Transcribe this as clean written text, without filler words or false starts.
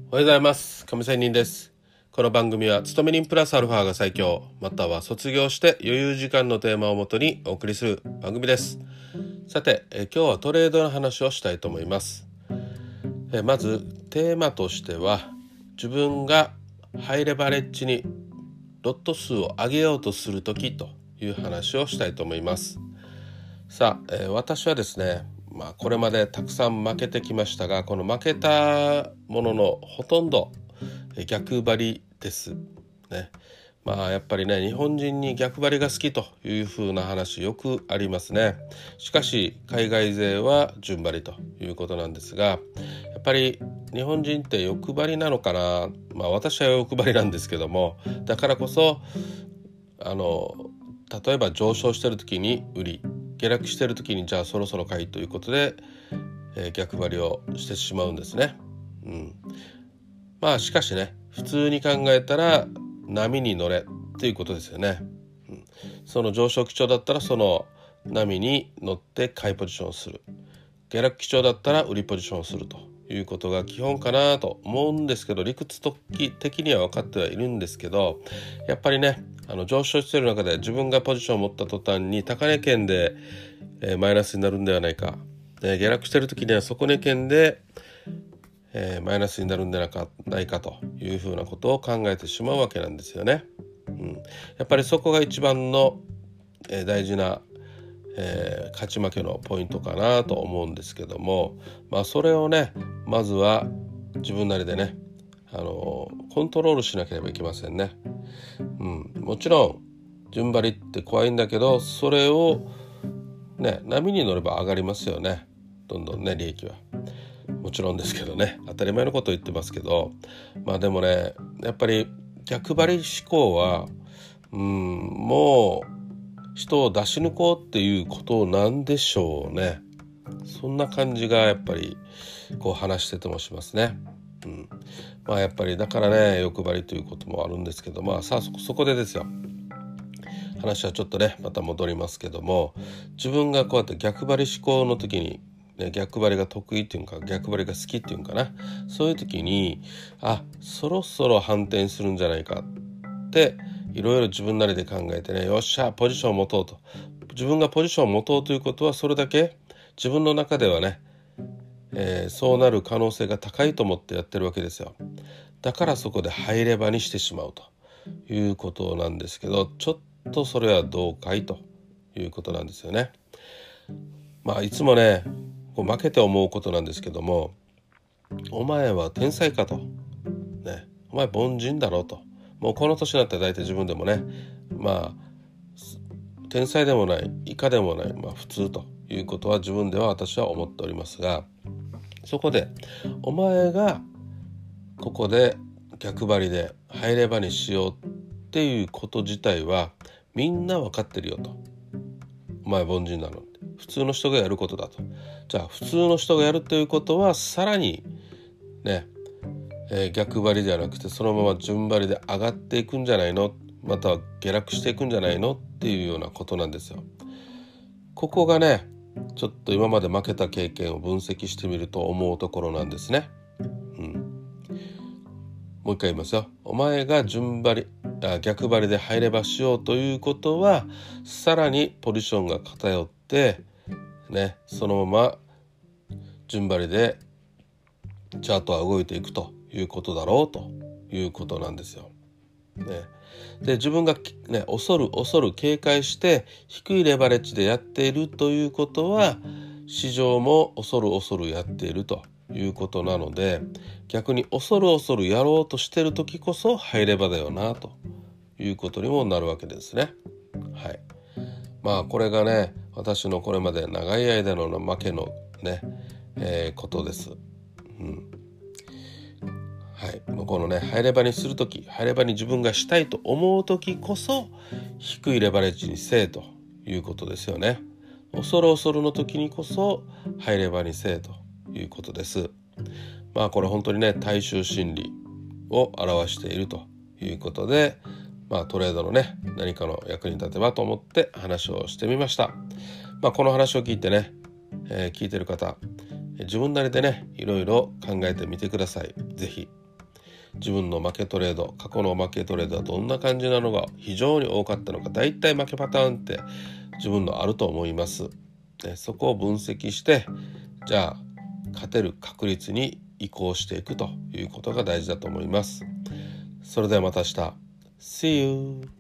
おはようございます。亀仙人です。この番組は勤め人プラスアルファが最強、または卒業して余裕時間のテーマをもとにお送りする番組です。さて、今日はトレードの話をしたいと思います。まずテーマとしては、自分がハイレバレッジにロット数を上げようとするときという話をしたいと思います。さあ、私はですね、これまでたくさん負けてきましたが、この負けたもののほとんど逆張りですね。やっぱりね、日本人に逆張りが好きという風な話よくありますね。しかし海外勢は順張りということなんですが、やっぱり日本人って欲張りなのかな。私は欲張りなんですけども、だからこそ例えば上昇してる時に売り、下落してる時にじゃあそろそろ買いということで、逆張りをしてしまうんですね。しかしね、普通に考えたら波に乗れっていうことですよね。その上昇基調だったらその波に乗って買いポジションをする、下落基調だったら売りポジションをするということが基本かなと思うんですけど、理屈的には分かってはいるんですけど、やっぱりね、上昇している中で自分がポジションを持った途端に高値圏で、マイナスになるんではないか、下落している時には底値圏で、マイナスになるんではないかというふうなことを考えてしまうわけなんですよね。やっぱりそこが一番の、大事な、勝ち負けのポイントかなと思うんですけども、それをね、まずは自分なりでね、コントロールしなければいけませんね。もちろん順張りって怖いんだけど、それをね、波に乗れば上がりますよね。どんどんね、利益はもちろんですけどね、当たり前のことを言ってますけど、でもね、やっぱり逆張り思考はもう人を出し抜こうっていうことなんでしょうね。そんな感じがやっぱりこう話しててもしますね。やっぱりだからね、欲張りということもあるんですけど、そこでですよ、話はちょっとねまた戻りますけども、自分がこうやって逆張り思考の時に、逆張りが得意っていうか逆張りが好きっていうかな、そういう時にそろそろ反転するんじゃないかっていろいろ自分なりで考えてね、よっしゃポジションを持とうと。自分がポジションを持とうということは、それだけ自分の中ではね、そうなる可能性が高いと思ってやってるわけですよ。だからそこでハイレバーにしてしまうということなんですけど、ちょっとそれはどうかいということなんですよね。いつもねこう負けて思うことなんですけども、お前は天才かと、お前凡人だろうと、もうこの年になったら大体自分でもね、天才でもない以下でもない、普通ということは自分では私は思っておりますが、そこでお前がここで逆張りでハイレバーにしようっていうこと自体はみんな分かってるよと。お前凡人なの、普通の人がやることだと。じゃあ普通の人がやるということはさらにね、逆張りではなくてそのまま順張りで上がっていくんじゃないの、または下落していくんじゃないのっていうようなことなんですよ。ここがね、ちょっと今まで負けた経験を分析してみると思うところなんですね。もう一回言いますよ。お前が逆張りで入ればしようということは、さらにポジションが偏ってね、そのまま順張りでチャートは動いていくということだろうということなんですよ。で自分が、恐る警戒して低いレバレッジでやっているということは、市場も恐るやっているということなので、逆に恐るやろうとしている時こそハイレバだよなということにもなるわけですね。これがね、私のこれまで長い間の負けのね、ことです。このね、ハイレバーにするとき、ハイレバーに自分がしたいと思うときこそ低いレバレッジにせえということですよね。恐るの時にこそハイレバーにせえということです。これ本当にね、大衆心理を表しているということで、トレードのね、何かの役に立てばと思って話をしてみました。この話を聞いてね、聞いてる方、自分なりでね、いろいろ考えてみてください。ぜひ。 自分の負けトレード、過去の負けトレードはどんな感じなのが非常に多かったのか、だいたい負けパターンって自分のあると思います。そこを分析して、じゃあ勝てる確率に移行していくということが大事だと思います。それではまた明日。See you!